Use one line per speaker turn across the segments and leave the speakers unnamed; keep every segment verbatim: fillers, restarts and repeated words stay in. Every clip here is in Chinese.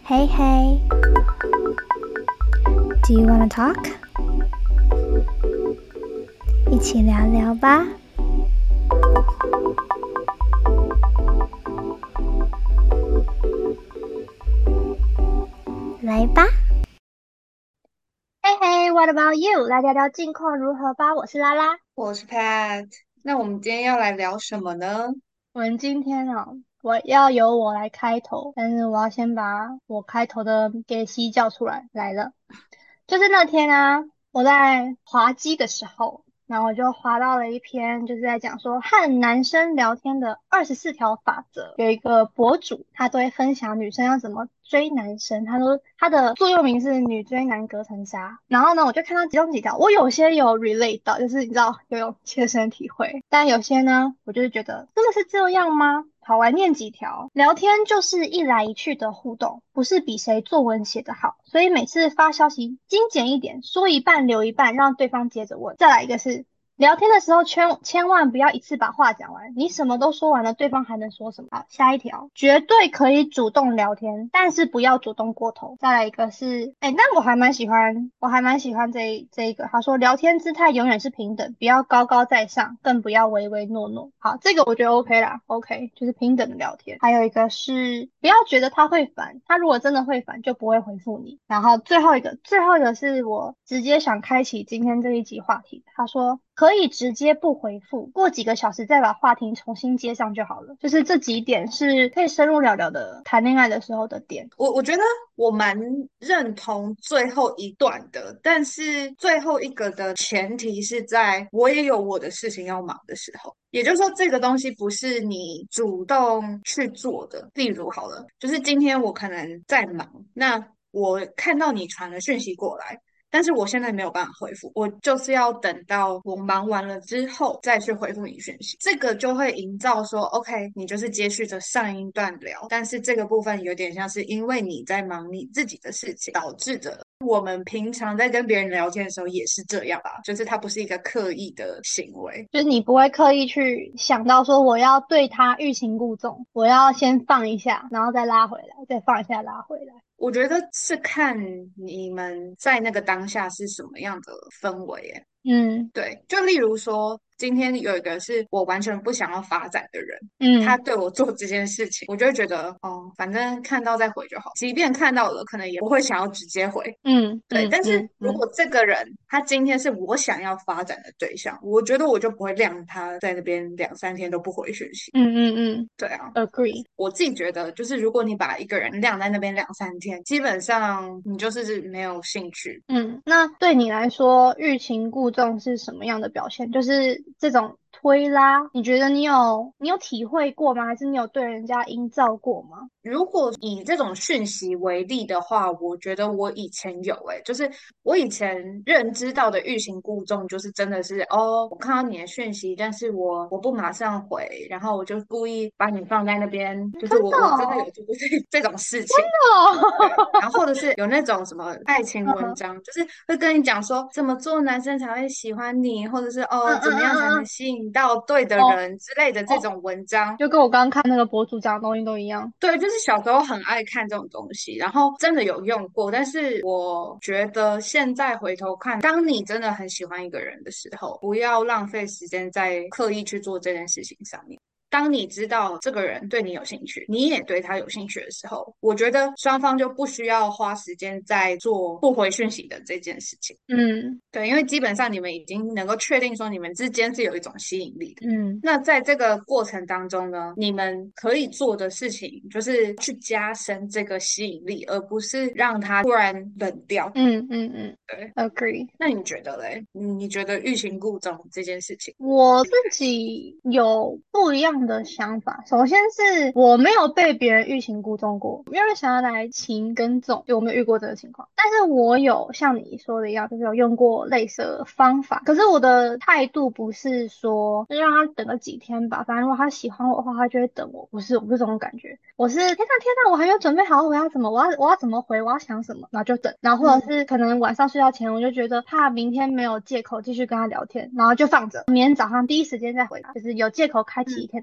Hey, hey. Do you wanna talk? 一起聊聊吧。来吧。
嘿嘿，What about you？来聊聊近况如何吧。我是拉拉。
我是 Pat，那我们今天要来聊什么呢？
我们今天哦，我要由我来开头，但是我要先把我开头的给西叫出来。来了，就是那天啊，我在滑机的时候，然后我就滑到了一篇，就是在讲说和男生聊天的二十四条法则。有一个博主，他都会分享女生要怎么追男生，他说他的座右铭是女追男隔层纱。然后呢，我就看到其中几条，我有些有 relate 到，就是你知道有有切身体会，但有些呢，我就是觉得真的是这样吗？好，我来念几条。聊天就是一来一去的互动，不是比谁作文写得好，所以每次发消息精简一点，说一半留一半，让对方接着问。再来一个是聊天的时候千千万不要一次把话讲完，你什么都说完了，对方还能说什么？好，下一条，绝对可以主动聊天，但是不要主动过头。再来一个是，哎，但我还蛮喜欢，我还蛮喜欢这一这一个。他说，聊天姿态永远是平等，不要高高在上，更不要唯唯诺诺。好，这个我觉得 OK 啦，OK，就是平等的聊天。还有一个是，不要觉得他会烦，他如果真的会烦，就不会回复你。然后最后一个，最后一个是我直接想开启今天这一集话题。他说。可以直接不回复，过几个小时再把话题重新接上就好了。就是这几点是可以深入聊聊的，谈恋爱的时候的点。
我我觉得我蛮认同最后一段的，但是最后一个的前提是在我也有我的事情要忙的时候，也就是说这个东西不是你主动去做的。例如好了，就是今天我可能在忙，那我看到你传了讯息过来。但是我现在没有办法回复，我就是要等到我忙完了之后再去回复你讯息，这个就会营造说，OK，你就是接续着上一段聊，但是这个部分有点像是因为你在忙你自己的事情，导致的。我们平常在跟别人聊天的时候也是这样吧，就是它不是一个刻意的行为。
就是你不会刻意去想到说我要对他欲擒故纵，我要先放一下，然后再拉回来，再放一下拉回来。
我觉得是看你们在那个当下是什么样的氛围耶。
嗯
对，就例如说，今天有一个是我完全不想要发展的人，他
嗯
对我做这件事情，我就会觉得，哦，反正看到再回就好。即便看到了，可能也不会想要直接回。
嗯
对，
嗯
但是
嗯嗯
如果这个人他今天是我想要发展的对象，我觉得我就不会晾他在那边两三天都不回讯息。
嗯嗯嗯
对啊，
，agree。
我自己觉得，就是如果你把一个人晾在那边两三天，基本上你就是没有兴趣。
嗯，那对你来说，欲擒故纵是什么样的表现？就是这种推拉，你觉得你有你有体会过吗？还是你有对人家营造过吗？
如果以这种讯息为例的话，我觉得我以前有诶、就是我以前认知到的欲擒故纵，就是真的是哦，我看到你的讯息，但是我我不马上回，然后我就故意把你放在那边，就是
真
我我真的有
的哦，
做过这这种事情。对，
哦，
然后或者是有那种什么爱情文
嗯
章，就是会跟你讲说怎么做男生才会喜欢你，或者是哦
嗯嗯
怎么样才
嗯嗯嗯，
能吸引到对的
哦
人之类的这
哦，
种文章。
就跟我刚刚看那个博主讲的东西都一样。
对，就是小时候很爱看这种东西，然后真的有用过，但是我觉得现在回头看，当你真的很喜欢一个人的时候，不要浪费时间在刻意去做这件事情上面。当你知道这个人对你有兴趣，你也对他有兴趣的时候，我觉得双方就不需要花时间在做不回讯息的这件事情。
嗯
对，因为基本上你们已经能够确定说你们之间是有一种吸引力的。
嗯
那在这个过程当中呢，你们可以做的事情就是去加深这个吸引力，而不是让它突然冷掉。
嗯嗯嗯
对，
，agree。
那你觉得嘞？你你觉得欲擒故纵这件事情？
我自己有不一样的想法。首先是我没有被别人欲擒故纵过，没有人想要来擒跟纵，就我没有遇过这个情况。但是我有像你说的一样，就是有用过类似的方法。可是我的态度不是说就让他等个几天吧，反正如果他喜欢我的话，他就会等我。不是，我不是这种感觉。我是天呐天呐，我还没有准备好我要怎么，我要我要怎么回，我要想什么，然后就等。然后或者
嗯
是可能晚上睡觉前，我就觉得怕明天没有借口继续跟他聊天，然后就放着，明天早上第一时间再回他，就是有借口开启一
嗯
天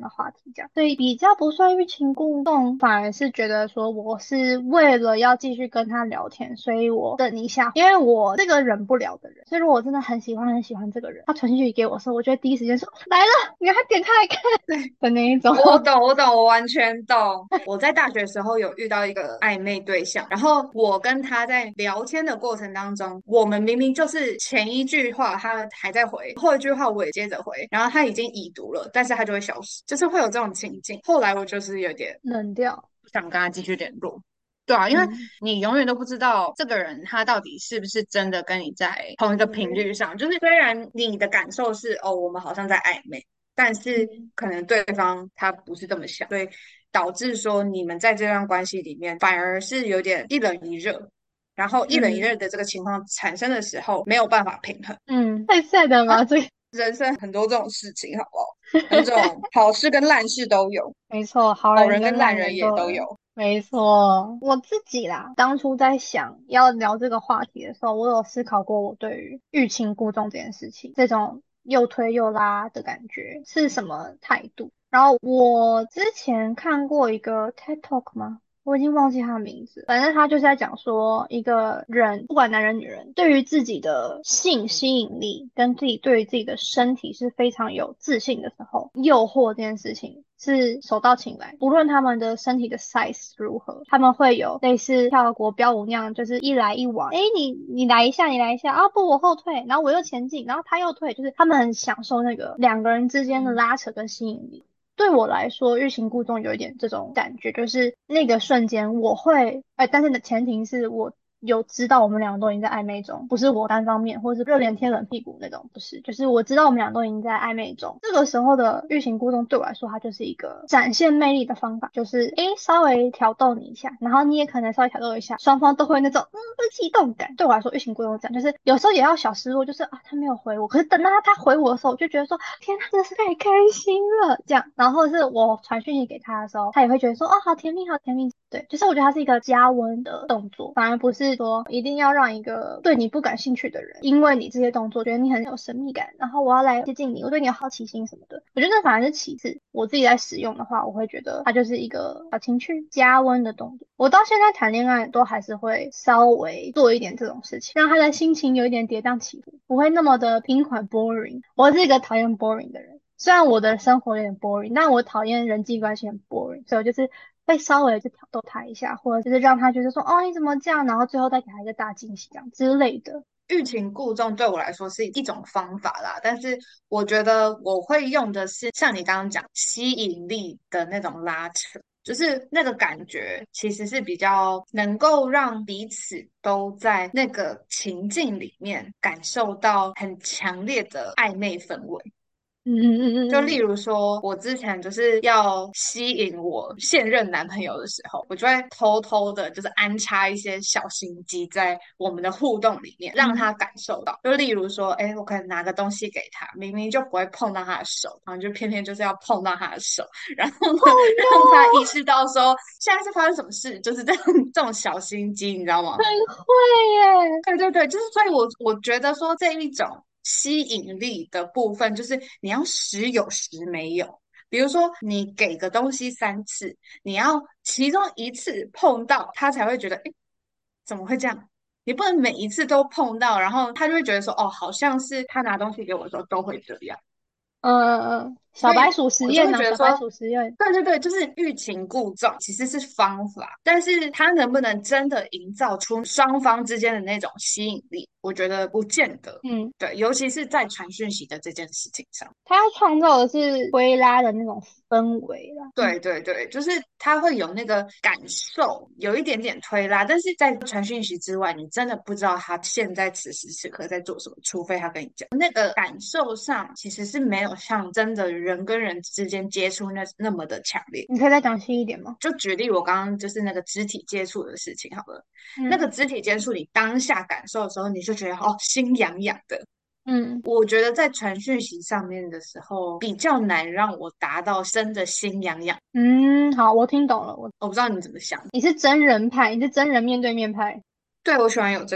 的话题这样，所以比较不算欲擒故纵，反而是觉得说我是为了要继续跟他聊天，所以我等一下，因为我这个忍不了的人，所以如果我真的很喜欢很喜欢这个人，他传讯息给我的时候，我就会第一时间说来了，你赶快点开来看的那一种。
我懂，我懂，我完全懂。我在大学的时候有遇到一个暧昧对象，然后我跟他在聊天的过程当中，我们明明就是前一句话他还在回，后一句话我也接着回，然后他已经已读了，但是他就会消失，就是会有这种情境。后来我就是有点
冷掉，
不想跟他继续联络。对啊，因为
嗯
你永远都不知道这个人他到底是不是真的跟你在同一个频率上。就是虽然你的感受是哦，我们好像在暧昧，但是
嗯
可能对方他不是这么想，所以导致说你们在这段关系里面反而是有点一冷一热，然后一冷一热
嗯
的这个情况产生的时候没有办法平衡。
嗯，太 sad 了吧这个。
人生很多这种事情，好不好？很种好事跟烂事都有，
没错，好
好
人跟烂
人跟烂人
人都有。
也都有。
没错，我自己啦，当初在想要聊这个话题的时候，我有思考过我对于欲擒故纵这件事情，这种又推又拉的感觉是什么态度。然后我之前看过一个 TED Talk 吗？我已经忘记他的名字，反正他就是在讲说，一个人不管男人女人，对于自己的性吸引力跟自己对于自己的身体是非常有自信的时候，诱惑这件事情是手到擒来，不论他们的身体的 size 如何，他们会有类似跳国标舞那样，就是一来一往，诶，你你来一下，你来一下，啊不，我后退，然后我又前进，然后他又退，就是他们很享受那个两个人之间的拉扯跟吸引力。对我来说，欲擒故纵有一点这种感觉，就是那个瞬间我会，哎，但是的前提是我有知道我们两个都已经在暧昧中，不是我单方面，或是热脸贴冷屁股那种，不是，就是我知道我们俩都已经在暧昧中。这个时候的欲擒故纵对我来说，它就是一个展现魅力的方法，就是诶稍微挑逗你一下，然后你也可能稍微挑逗一下，双方都会那种嗯激动感。对我来说，欲擒故纵这样，就是有时候也要小失落，就是啊他没有回我，可是等到他他回我的时候，我就觉得说天，他真的是太开心了，这样。然后或者是我传讯息给他的时候，他也会觉得说哦好甜蜜，好甜蜜。对，就是我觉得它是一个加温的动作，反而不是说一定要让一个对你不感兴趣的人，因为你这些动作觉得你很有神秘感，然后我要来接近你，我对你有好奇心什么的。我觉得这反而是其次，我自己在使用的话，我会觉得它就是一个小情趣加温的动作。我到现在谈恋爱都还是会稍微做一点这种事情，让他的心情有一点跌宕起伏，不会那么的平缓 boring。我是一个讨厌 boring 的人。虽然我的生活有点 boring，但我讨厌人际关系很 boring，所以我就是会稍微就挑逗他一下，或者就是让他觉得说，哦，你怎么这样，然后最后再给他一个大惊喜这样之类的。
欲擒故纵对我来说是一种方法啦，但是我觉得我会用的是像你刚刚讲吸引力的那种拉扯，就是那个感觉其实是比较能够让彼此都在那个情境里面感受到很强烈的暧昧氛围。
嗯嗯嗯
就例
嗯嗯，
如说，我之前就是要吸引我现任男朋友的时候，我就会偷偷的，就是安插一些小心机在我们的互动里面，让他
嗯
感受到。就例如说，哎，我可能拿个东西给他，明明就不会碰到他的手，然后就偏偏就是要碰到他的手，然后呢，让他意识到说现在是发生什么事，就是这种这种小心机，你知道吗？
很会耶。
对对对，就是所以我，我觉得说这一种吸引力的部分，就是你要时有时没有。比如说，你给个东西三次，你要其中一次碰到，他才会觉得，哎，怎么会这样？你不能每一次都碰到，然后他就会觉得说，哦，好像是他拿东西给我的时候都会这样。
嗯嗯嗯，小
所以
白鼠实
我就会
验呐、
觉得说，
小白鼠实验。
对对对，就是欲擒故纵其实是方法，但是它能不能真的营造出双方之间的那种吸引力，我觉得不见得。
嗯，
对，尤其是在传讯息的这件事情上。
他要创造的是推拉的那种氛围啦。嗯
对对对，就是他会有那个感受，有一点点推拉，但是在传讯息之外，你真的不知道他现在此时此刻在做什么，除非他跟你讲。那个感受上其实是没有像真的人跟人之间接触那那么的强烈。
你可以再讲细一点吗？
就举例我刚刚就是那个肢体接触的事情好了，那个
嗯
肢体接触你当下感受的时候，你就觉得哦心痒痒的。
嗯
我觉得在传讯息上面的时候，比较难让我达到真的心痒痒。
嗯，好，我听懂了。我
我不知道你怎么想。
你是真人派，你是真人面对面派。
对，我喜欢有这个人。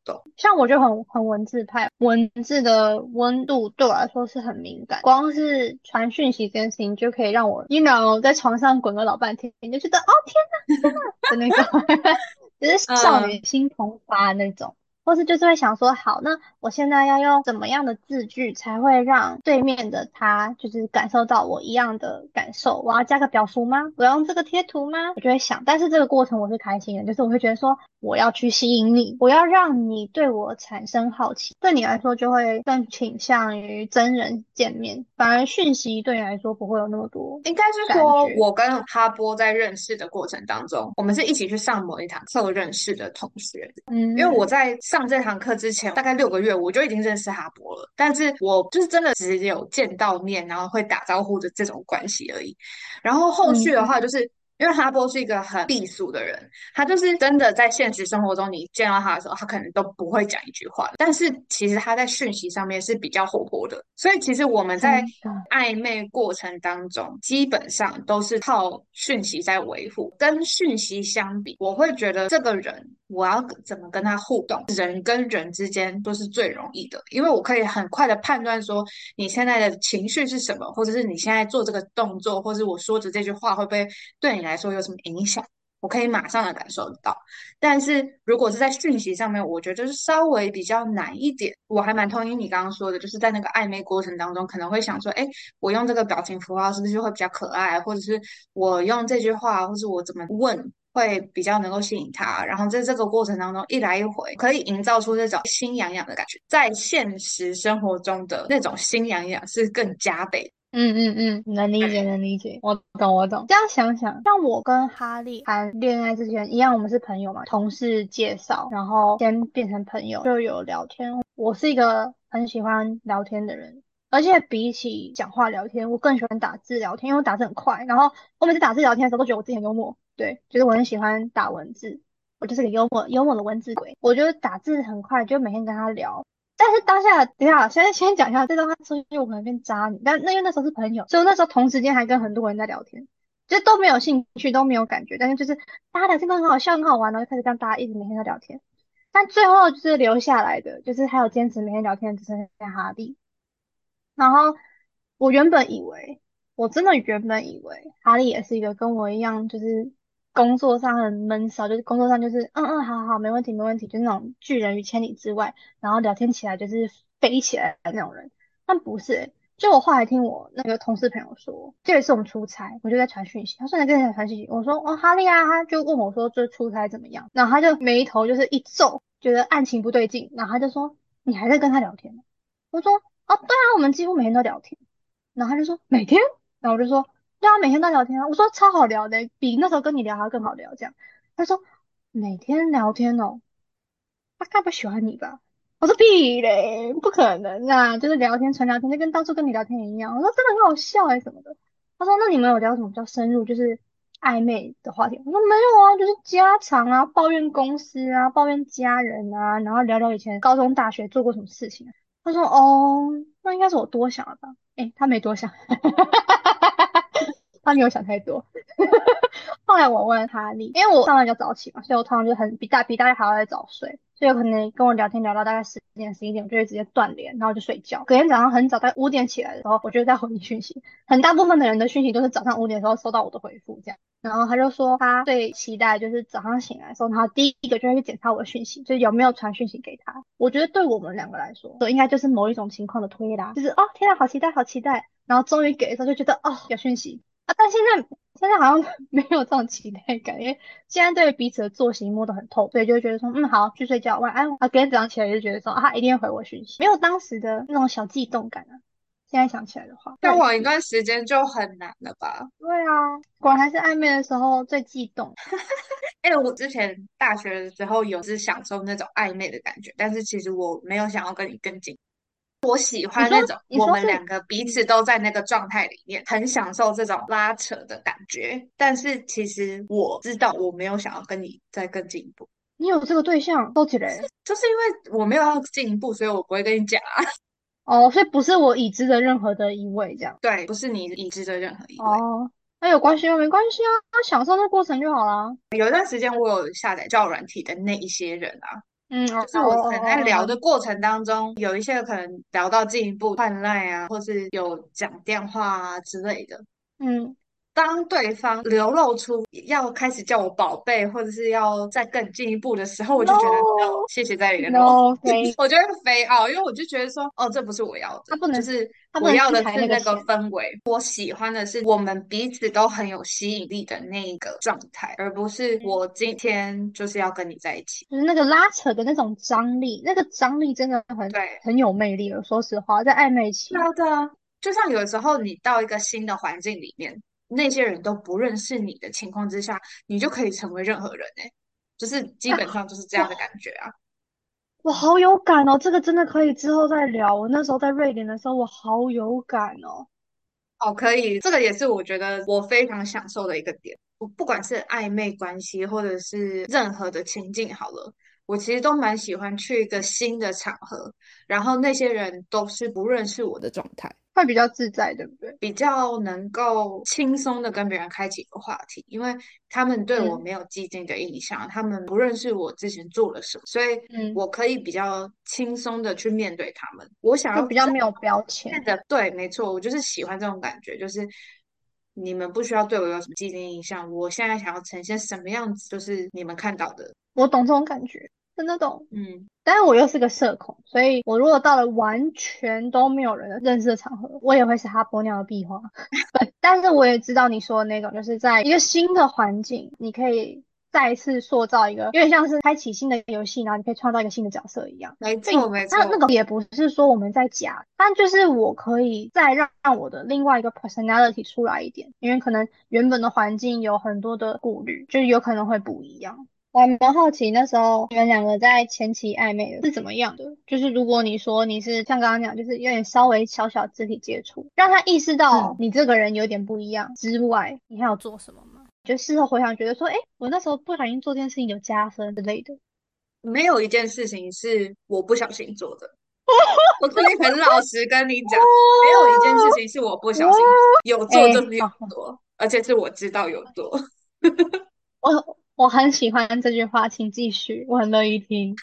动。
像我就很很文字派，文字的温度对我来说是很敏感，光是传讯息这件事情就可以让我一秒在床上滚个老半天，就觉得哦天哪天哪的那种，就是少
嗯，
女心澎湃那种。或是就是会想说，好，那我现在要用怎么样的字句才会让对面的他就是感受到我一样的感受？我要加个表符吗？我要用这个贴图吗？我就会想，但是这个过程我是开心的，就是我会觉得说，我要去吸引你，我要让你对我产生好奇，对你来说就会更倾向于真人见面，反而讯息对你来说不会有那么多
应该是说，
感觉。
我跟哈波在认识的过程当中，我们是一起去上某一堂课认识的同学。因为我
嗯
在上这堂课之前，大概六个月我就已经认识哈波了，但是我就是真的只有见到面，然后会打招呼的这种关系而已。然后后续的话，就
嗯嗯
是因为哈波是一个很避俗的人，他就是真的在现实生活中，你见到他的时候，他可能都不会讲一句话，但是其实他在讯息上面是比较活泼的。所以其实我们在
真的。
暧昧过程当中，基本上都是靠讯息在维护。跟讯息相比，我会觉得这个人我要怎么跟他互动，人跟人之间都是最容易的，因为我可以很快的判断说你现在的情绪是什么，或者是你现在做这个动作，或者我说的这句话会不会对你来说有什么影响。我可以马上的感受得到，但是如果是在讯息上面，我觉得就是稍微比较难一点。我还蛮同意你刚刚说的，就是在那个暧昧过程当中，可能会想说，哎，我用这个表情符号是不是就会比较可爱，或者是我用这句话，或是我怎么问会比较能够吸引他。然后在这个过程当中一来一回，可以营造出这种心痒痒的感觉，在现实生活中的那种心痒痒是更加倍的。
嗯嗯嗯，能理解
对，
能理解，我懂我懂。这样想想，像我跟哈利谈恋爱之前一样，我们是朋友嘛，同事介绍，然后先变成朋友，就有聊天。我是一个很喜欢聊天的人，而且比起讲话聊天，我更喜欢打字聊天，因为我打字很快。然后我每次打字聊天的时候，都觉得我自己很幽默，对，就是我很喜欢打文字，我就是个幽默幽默的文字鬼。我觉得打字很快，就每天跟他聊。但是当下，等一下，现在先讲一下这段话出去，我可能变渣女。但那因为那时候是朋友，所以我那时候同时间还跟很多人在聊天，就都没有兴趣，都没有感觉，但是就是大家聊天都很好笑，很好玩，然后就开始跟大家一直每天在聊天。但最后就是留下来的，就是还有坚持每天聊天，只剩下哈利。然后我原本以为，我真的原本以为哈利也是一个跟我一样，就是工作上很闷骚，就是工作上就是嗯嗯好好好没问题没问题，就是那种拒人于千里之外，然后聊天起来就是飞起来的那种人。但不是欸，就我后来听我那个同事朋友说，这一次我们出差，我就在传讯息，他说你跟谁传讯息？我说哦哈利啊，他就问我说这出差怎么样，然后他就眉头就是一皱，觉得案情不对劲，然后他就说你还在跟他聊天吗？我说哦，对啊，我们几乎每天都聊天。然后他就说每天，然后我就说对啊，每天都聊天啊。我说超好聊的，比那时候跟你聊还要更好聊。这样，他说每天聊天哦，他该不会喜欢你吧？我说屁嘞，不可能啊，就是聊天纯聊天，就跟当初跟你聊天一样。我说真的很好笑哎、什么的。他说那你们有聊什么比较深入，就是暧昧的话题？我说没有啊，就是家常啊，抱怨公司啊，抱怨家人啊，然后聊聊以前高中、大学做过什么事情啊。他说哦，那应该是我多想了吧？诶，他没多想，他没有想太多。后来我问哈利，因为我上班比较早起嘛，所以我通常就很比大比大家还要再早睡，所以有可能跟我聊天聊到大概十点十一点，我就会直接断联，然后就睡觉。隔天早上很早，大概五点起来的时候，我就再回你讯息。很大部分的人的讯息都是早上五点的时候收到我的回复，这样。然后他就说他最期待就是早上醒来的时候，然后第一个就会去检查我的讯息，就是有没有传讯息给他。我觉得对我们两个来说，这应该就是某一种情况的推拉，就是哦天啊，好期待，好期待，然后终于给的时候就觉得哦有讯息啊，但现在现在好像没有这种期待感，因为现在对彼此的作息摸得很透，所以就会觉得说嗯好去睡觉，晚安。啊，隔天早上起来就觉得说啊他一定会回我讯息，没有当时的那种小悸动感啊。现在想起来的话，
交
对是。
往一段时间就很难了吧？
对啊，果然还是暧昧的时候最悸动。
哎，我之前大学的时候有是享受那种暧昧的感觉，但是其实我没有想要跟你更近。我喜
你说
欢那种我
你说是
们两个彼此都在那个状态里面，很享受这种拉扯的感觉。但是其实我知道我没有想要跟你再更进一步，
你有这个对象，收起来
就是因为我没有要进一步，所以我不会跟你讲啊。
哦，所以不是我已知的任何的一位这样。
对，不是你已知的任何一位。
哦，那有关系吗？没关系啊，享受那过程就好啦。
有一段时间我有下载交友软体的那一些人啊，
嗯，哦
就是我
哦
可能在聊的
哦哦，
过程当中，有一些可能聊到进一步换赖啊，或是有讲电话啊之类的。
嗯
当对方流露出要开始叫我宝贝，或者是要再更进一步的时候，我就觉得 no，
，no
谢谢再联络。
no，非
我就会飞傲，因为我就觉得说，哦，这不是我要的，
他不能
就是
他不能
我要的
踩
是那个
那个线，
氛围，我喜欢的是我们彼此都很有吸引力的那一个状态，而不是
嗯，
我今天就是要跟你在一起。
就是那个拉扯的那种张力，那个张力真的很
对，
很有魅力了。说实话，在暧昧期，
对啊，对啊，就像有时候你到一个新的环境里面，那些人都不认识你的情况之下，你就可以成为任何人哎、就是基
啊，
本上就是这样的
哇，
感觉啊。
我好有感哦，这个真的可以之后再聊。我那时候在瑞典的时候，我好有感哦。
哦，可以，这个也是我觉得我非常享受的一个点。我不管是暧昧关系，或者是任何的情境，好了，我其实都蛮喜欢去一个新的场合，然后那些人都是不认识我的状态。
会比较自在，对不对？
比较能够轻松的跟别人开启一个话题，因为他们对我
嗯
没有既定的印象，他们不认识我之前做了什么，所以
嗯，
我可以比较轻松的去面对他们。我想
就
要真
比较没有标签。
变得对，没错，我就是喜欢这种感觉，就是你们不需要对我有什么既定印象，我现在想要呈现什么样子，就是你们看到的。
我懂这种感觉，真的懂。
嗯，
但是我又是个社恐，所以我如果到了完全都没有人认识的场合，我也会是哈波那样的壁花。但是我也知道你说的那种，就是在一个新的环境，你可以再次塑造一个，有点像是开启新的游戏，然后你可以创造一个新的角色一样。所以
没错，没错。
它那个也不是说我们在假，但就是我可以再让让我的另外一个 personality 出来一点，因为可能原本的环境有很多的顾虑，就是有可能会不一样。我还蛮好奇那时候你们两个在前期暧昧的是怎么样的？就是如果你说你是像刚刚讲，就是有点稍微小小肢体接触，让他意识到
嗯，
你这个人有点不一样之外，你还有做什么吗？就事后回想，觉得说，哎，我那时候不小心做这件事情有加分之类的。
没有一件事情是我不小心做的。我可以很老实跟你讲，没有一件事情是我不
哦，
小心有做就
哎，
是有
好，
做，而且是我知道有做。
我我很喜欢这句话，请继续，我很乐意听。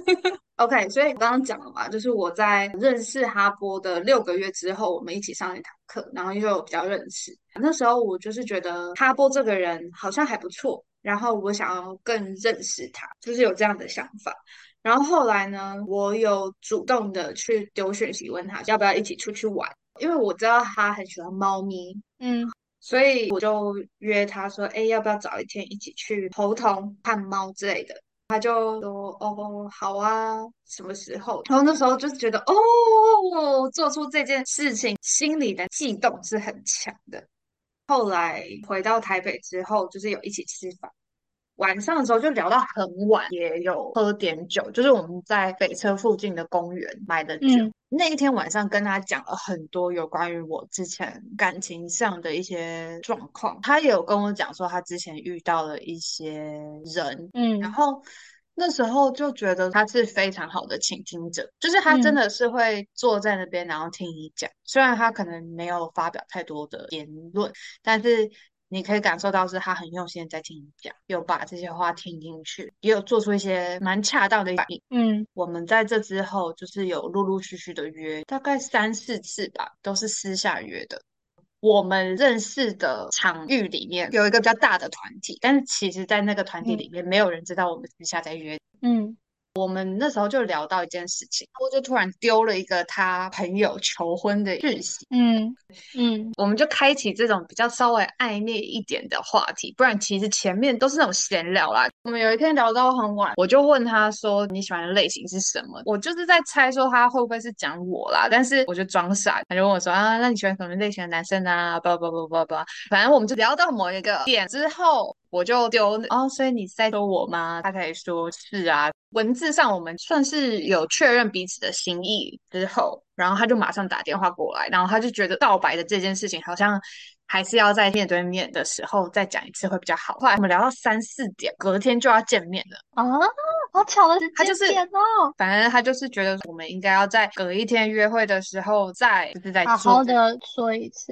OK，所以我刚刚讲了嘛，就是我在认识哈波的六个月之后，我们一起上一堂课，然后又比较认识。那时候我就是觉得哈波这个人好像还不错，然后我想要更认识他，就是有这样的想法。然后后来呢，我有主动的去丢讯息问他要不要一起出去玩，因为我知道他很喜欢猫咪，
嗯
所以我就约他说，哎，要不要找一天一起去猴童看猫之类的？他就说，哦，好啊，什么时候？然后那时候就是觉得，哦，做出这件事情，心里的悸动是很强的。后来回到台北之后，就是有一起吃饭。晚上的时候就聊到很晚，也有喝点酒，就是我们在北车附近的公园买的酒。
嗯
那一天晚上跟他讲了很多有关于我之前感情上的一些状况，他也有跟我讲说他之前遇到了一些人，然
嗯
后那时候就觉得他是非常好的倾听者，就是他真
嗯
的是会坐在那边然后听你讲，虽然他可能没有发表太多的言论。但是你可以感受到是他很用心的在听你讲，有把这些话听进去，也有做出一些蛮恰当的反应。
嗯
我们在这之后就是有陆陆续续的约，大概三四次吧，都是私下约的。我们认识的场域里面有一个比较大的团体，但是其实，在那个团体
嗯
里面，没有人知道我们私下在约。
嗯
我们那时候就聊到一件事情，我就突然丢了一个他朋友求婚的讯息，
嗯嗯
我们就开启这种比较稍微暧昧一点的话题，不然其实前面都是那种闲聊啦。我们有一天聊到很晚，我就问他说你喜欢的类型是什么？我就是在猜说他会不会是讲我啦，但是我就装傻，他就问我说啊，那你喜欢什么类型的男生啊？叭叭叭叭叭，反正我们就聊到某一个点之后。我就丢哦，所以你是在说我吗？他才说是啊。文字上我们算是有确认彼此的心意之后，然后他就马上打电话过来，然后他就觉得告白的这件事情好像还是要在面对面的时候再讲一次会比较好。后来我们聊到三四点，隔天就要见面了。
啊，好巧的时
他就是，
间点哦，
反正他就是觉得我们应该要在隔一天约会的时候再就是再
好
做这。
好的说一次。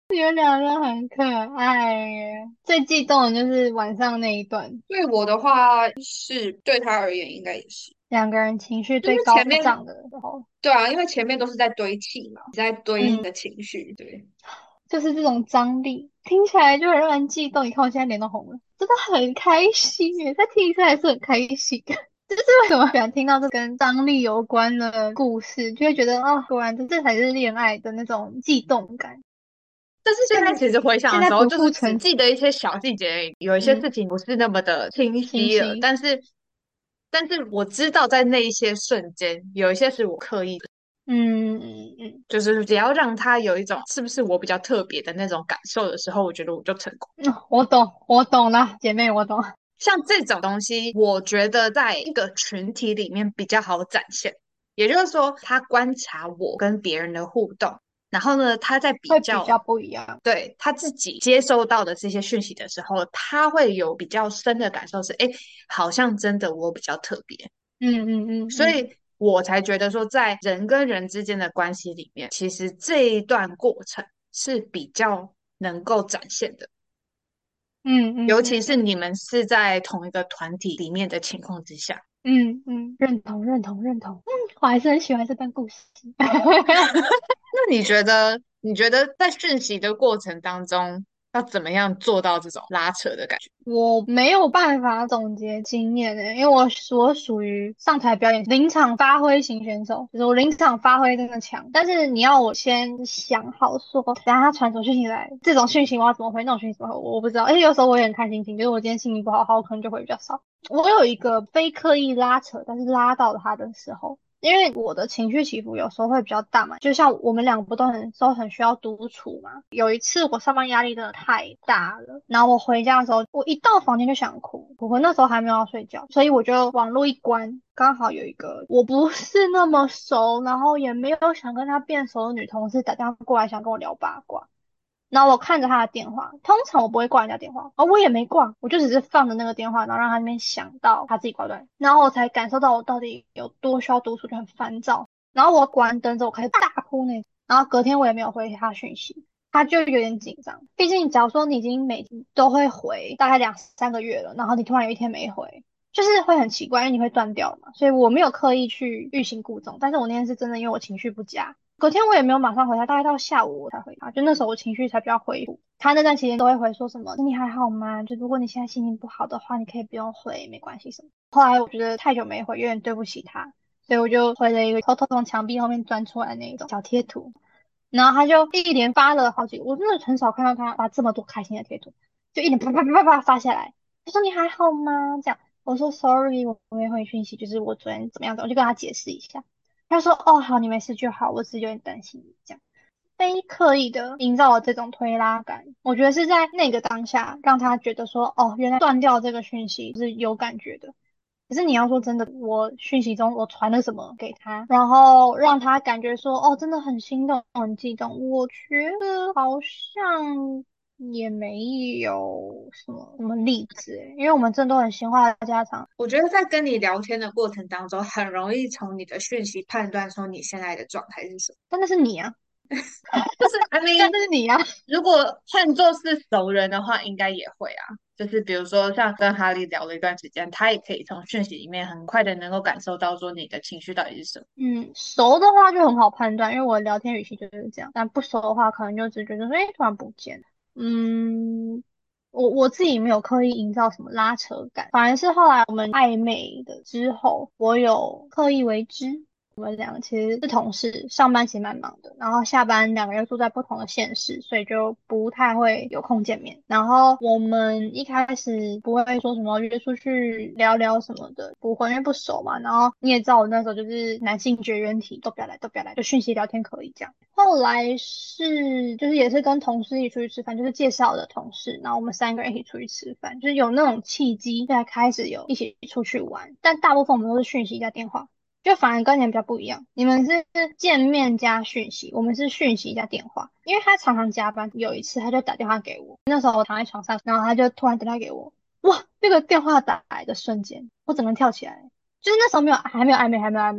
你们两个很可爱耶。最激动的就是晚上那一段，
对我的话是，对他而言应该也是，
两个人情绪
因为
最高
前面
涨的时候。
对啊，因为前面都是在堆砌嘛，在堆你
嗯，
的情绪，对。
就是这种张力，听起来就很让人激动。你看我现在脸都红了，真的很开心耶！再听一次还是很开心。这是为什么喜欢听到这跟张力有关的故事，就会觉得哦，果然这这才是恋爱的那种悸动感。
但是现在其实回想的时候，
现在不
就是只
复存，
记得一些小细节而已，有一些
嗯，
事情不是那么的清晰了。
清晰，
但是，但是我知道在那一些瞬间，有一些是我刻意的，
嗯嗯嗯，
就是只要让他有一种是不是我比较特别的那种感受的时候，我觉得我就成功。
嗯我懂，我懂了，姐妹，我懂。
像这种东西，我觉得在一个群体里面比较好展现。也就是说，他观察我跟别人的互动，然后呢，他在比较
会比较不一样。
对他自己接收到的这些讯息的时候，他会有比较深的感受是，哎，好像真的我比较特别，
嗯嗯嗯嗯
所以我才觉得说，在人跟人之间的关系里面，其实这一段过程是比较能够展现的，
嗯嗯
尤其是
嗯嗯
你们是在同一个团体里面的情况之下。
嗯嗯，认同认同认同。嗯，我还是很喜欢这段故事。
那你觉得，你觉得在讯息的过程当中，要怎么样做到这种拉扯的感觉？
我没有办法总结经验的，因为我所属于上台表演临场发挥型选手，就是我临场发挥真的强。但是你要我先想好说，等下他传什么讯息来，这种讯息我要怎么回，那种讯息怎么回，我不知道。而且有时候我也很看心情，就是我今天心情不好，好，我可能就会比较少。我有一个非刻意拉扯，但是拉到他的时候。因为我的情绪起伏有时候会比较大嘛，就像我们两个不都很都很需要独处嘛。有一次我上班压力真的太大了，然后我回家的时候，我一到房间就想哭，我那时候还没有要睡觉，所以我就网络一关，刚好有一个我不是那么熟，然后也没有想跟他变熟的女同事打电话过来想跟我聊八卦。然后我看着他的电话，通常我不会挂人家电话，而我也没挂，我就只是放着那个电话，然后让他那边响到他自己挂断，然后我才感受到我到底有多需要独处，就很烦躁。然后我关灯之后，我开始大哭那种，然后隔天我也没有回他讯息，他就有点紧张。毕竟假如说你已经每天都会回，大概两三个月了，然后你突然有一天没回，就是会很奇怪，因为你会断掉嘛。所以我没有刻意去欲擒故纵，但是我那天是真的因为我情绪不佳。隔天我也没有马上回他，大概到下午我才回他，就那时候我情绪才比较恢复。他那段期间都会回说什么“你还好吗？”就如果你现在心情不好的话，你可以不用回，没关系什么。后来我觉得太久没回，有点对不起他，所以我就回了一个偷偷从墙壁后面钻出来的那一种小贴图。然后他就一连发了好几个，我真的很少看到他发这么多开心的贴图，就一连啪啪啪啪啪发下来。他说你还好吗？这样我说 sorry，我没回讯息，就是我昨天怎么样的，我就跟他解释一下。他说哦好，你没事就好，我只是有点担心你这样。非刻意的营造了这种推拉感，我觉得是在那个当下让他觉得说，哦，原来断掉这个讯息是有感觉的。可是你要说真的，我讯息中我传了什么给他，然后让他感觉说，哦，真的很心动、很激动，我觉得好像也没有什么什么例子诶，因为我们真的都很闲话家常，
我觉得在跟你聊天的过程当中，很容易从你的讯息判断说你现在的状态是什么。
但那是你啊，
就是 I
但
mean，
那是你啊，
如果换作是熟人的话，应该也会啊。就是比如说像跟哈利聊了一段时间，他也可以从讯息里面很快的能够感受到说你的情绪到底是什么。
嗯，熟的话就很好判断，因为我聊天语气就是这样。但不熟的话，可能就只觉得说，哎，突然不见了。嗯，我我自己没有刻意营造什么拉扯感，反而是后来我们暧昧的之后，我有刻意为之。我们两个其实是同事，上班其实蛮忙的，然后下班两个人住在不同的县市，所以就不太会有空见面。然后我们一开始不会说什么约出去聊聊什么的，不会，因为不熟嘛。然后你也知道我那时候就是男性绝缘体，都不要来，都不要来，就讯息聊天可以这样。后来是就是也是跟同事一起出去吃饭，就是介绍的同事，然后我们三个人一起出去吃饭，就是有那种契机，才开始有一起出去玩。但大部分我们都是讯息加电话。就反而跟你们比较不一样，你们是见面加讯息，我们是讯息加电话。因为他常常加班，有一次他就打电话给我，那时候我躺在床上，然后他就突然打电话给我，哇，那个电话打来的瞬间，我整个人跳起来，就是那时候没有还没有暧昧，还没有暧昧，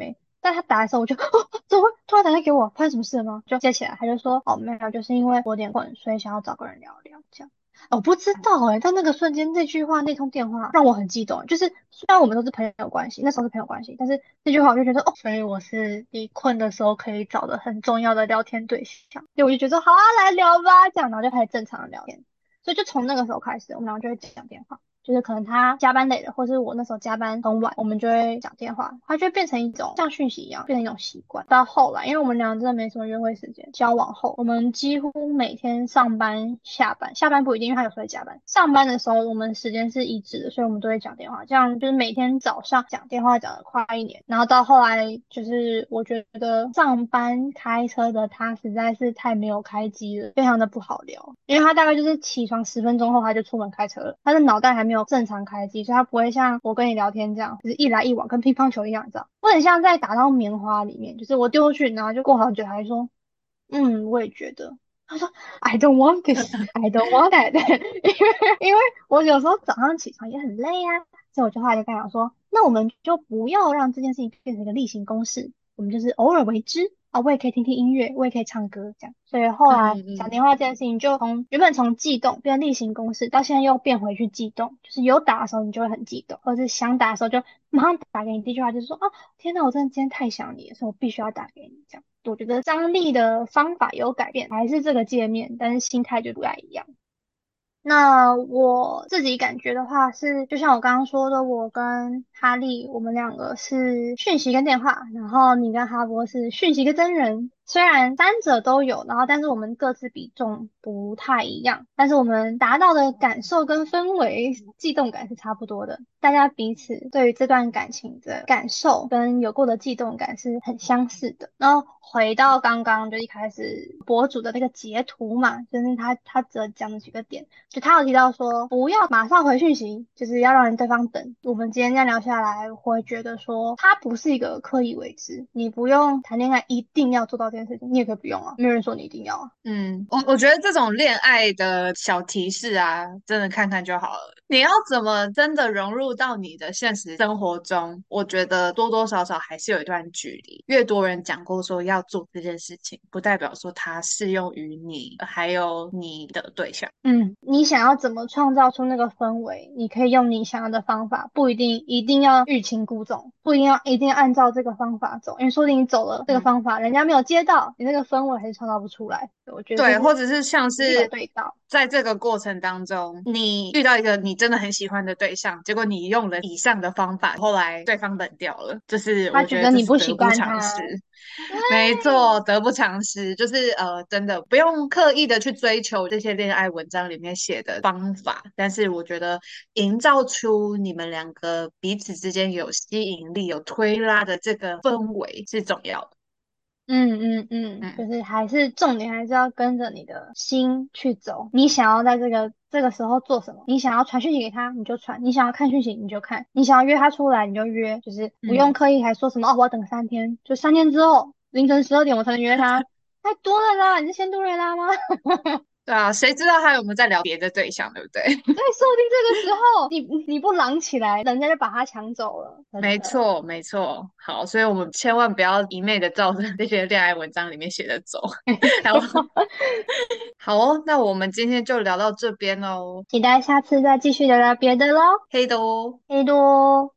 但他打的时候我就哦，怎么会突然打电话给我？发生什么事了吗？就接起来，他就说哦没有，就是因为我有点困，所以想要找个人聊聊这样。哦我不知道诶，但那个瞬间那句话那通电话让我很激动，就是虽然我们都是朋友关系，那时候是朋友关系，但是那句话我就觉得哦，所以我是你困的时候可以找的很重要的聊天对象，所以我就觉得好啊，来聊吧，这样然后就开始正常的聊天，所以就从那个时候开始，我们两个就会讲电话。就是可能他加班累了，或是我那时候加班很晚，我们就会讲电话，它就会变成一种像讯息一样，变成一种习惯。到后来，因为我们俩真的没什么约会时间，交往后，我们几乎每天上班、下班，下班不一定，因为他有时候会加班。上班的时候，我们时间是一致的，所以我们都会讲电话，这样就是每天早上讲电话讲了快一年。然后到后来，就是我觉得上班开车的他实在是太没有开机了，非常的不好聊，因为他大概就是起床十分钟后他就出门开车了，他的脑袋还没有正常开机，所以他不会像我跟你聊天这样，就是一来一往，跟乒乓球一样，你知道，我很像在打到棉花里面，就是我丢过去，然后就过好久还说，嗯，我也觉得。他说：“I don't want this, I don't want that 因为因为我有时候早上起床也很累啊，所以我就后来就跟他讲说，那我们就不要让这件事情变成一个例行公事，我们就是偶尔为之啊。我也可以听听音乐，我也可以唱歌这样。所以后来讲
嗯嗯
电话这件事情就从原本从悸动变例行公事，到现在又变回去悸动，就是有打的时候你就会很激动，或者是想打的时候就马上打给你。第一句话就是说啊，天呐，我真的今天太想你了，所以我必须要打给你这样。我觉得张力的方法有改变，还是这个界面，但是心态就不太一样。那我自己感觉的话是，就像我刚刚说的，我跟哈利，我们两个是讯息跟电话，然后你跟哈波是讯息跟真人。虽然三者都有，然后但是我们各自比重不太一样，但是我们达到的感受跟氛围、悸动感是差不多的。大家彼此对于这段感情的感受跟有过的悸动感是很相似的。然后回到刚刚就一开始博主的那个截图嘛，就是他他只讲了几个点。就他有提到说，不要马上回讯息，就是要让对方等。我们今天这样聊下来，我会觉得说，他不是一个刻意为之，你不用谈恋爱一定要做到这件事情，你也可以不用啊，没有人说你一定要啊。
嗯，我我觉得这种恋爱的小提示啊，真的看看就好了。你要怎么真的融入到你的现实生活中？我觉得多多少少还是有一段距离。越多人讲过说要做这件事情，不代表说它适用于你，还有你的对象。
嗯，你想要怎么创造出那个氛围？你可以用你想要的方法，不一定一定要欲擒故纵，不一定要一定要按照这个方法走，因为说不定你走了这个
嗯。
方法，人家没有接到，你那个氛围还是创造不出来。我觉得这
对，
是
或者是像
实际的
是
对照。
在这个过程当中，你遇到一个你真的很喜欢的对象，结果你用了以上的方法，后来对方冷掉了，就是
他
我觉得
觉得你不喜
这是得不
欢他，
偿失。没错，得不偿失，就是呃，真的不用刻意的去追求这些恋爱文章里面写的方法，但是我觉得营造出你们两个彼此之间有吸引力、有推拉的这个氛围是重要的。
嗯嗯嗯，就
嗯。
是还是重点还是要跟着你的心去走。你想要在这个这个时候做什么？你想要传讯息给他，你就传；你想要看讯息，你就看；你想要约他出来，你就约。就是不用
嗯。
刻意还说什么哦，我要等三天，就三天之后凌晨十二点我才能约他，太多了啦！你是仙杜瑞拉吗？
对啊，谁知道他有没有在聊别的对象，对不对？
对，说不定这个时候你你不狼起来，人家就把他抢走了，真的。
没错，没错。好，所以我们千万不要一昧的照着这些恋爱文章里面写的走。
没
然后，
错，
好哦，那我们今天就聊到这边喽，
期待下次再继续聊聊别的喽。
黑的哦。
嘿多。